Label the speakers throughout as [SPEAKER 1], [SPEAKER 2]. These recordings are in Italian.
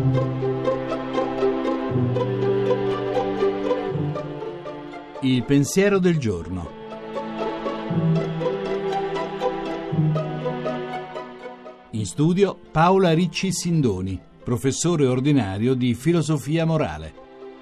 [SPEAKER 1] Il pensiero del giorno. In studio Paola Ricci Sindoni, professore ordinario di filosofia morale.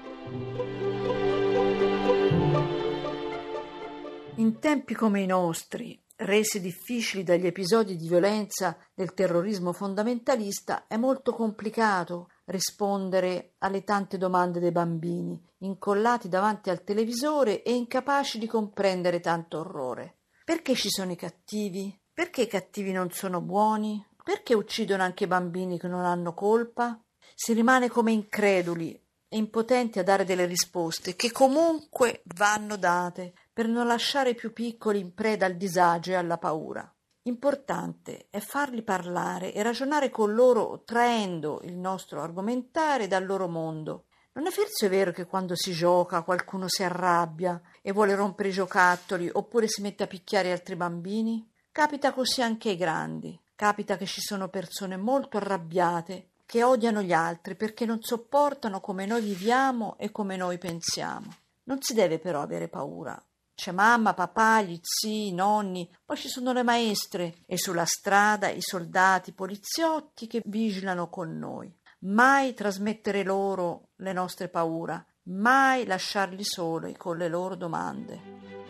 [SPEAKER 2] In tempi come i nostri, resi difficili dagli episodi di violenza del terrorismo fondamentalista, è molto complicato rispondere alle tante domande dei bambini, incollati davanti al televisore e incapaci di comprendere tanto orrore. Perché ci sono i cattivi? Perché i cattivi non sono buoni? Perché uccidono anche bambini che non hanno colpa? Si rimane come increduli e impotenti a dare delle risposte che comunque vanno date per non lasciare i più piccoli in preda al disagio e alla paura. Importante è farli parlare e ragionare con loro traendo il nostro argomentare dal loro mondo. Non è forse vero che quando si gioca qualcuno si arrabbia e vuole rompere i giocattoli oppure si mette a picchiare altri bambini? Capita così anche ai grandi. Capita che ci sono persone molto arrabbiate che odiano gli altri perché non sopportano come noi viviamo e come noi pensiamo. Non si deve però avere paura. C'è mamma, papà, gli zii, i nonni, poi ci sono le maestre e sulla strada i soldati, i poliziotti che vigilano con noi. Mai trasmettere loro le nostre paure, mai lasciarli soli con le loro domande.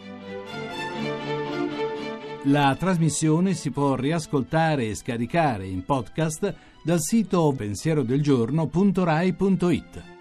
[SPEAKER 1] La trasmissione si può riascoltare e scaricare in podcast dal sito pensierodelgiorno.rai.it.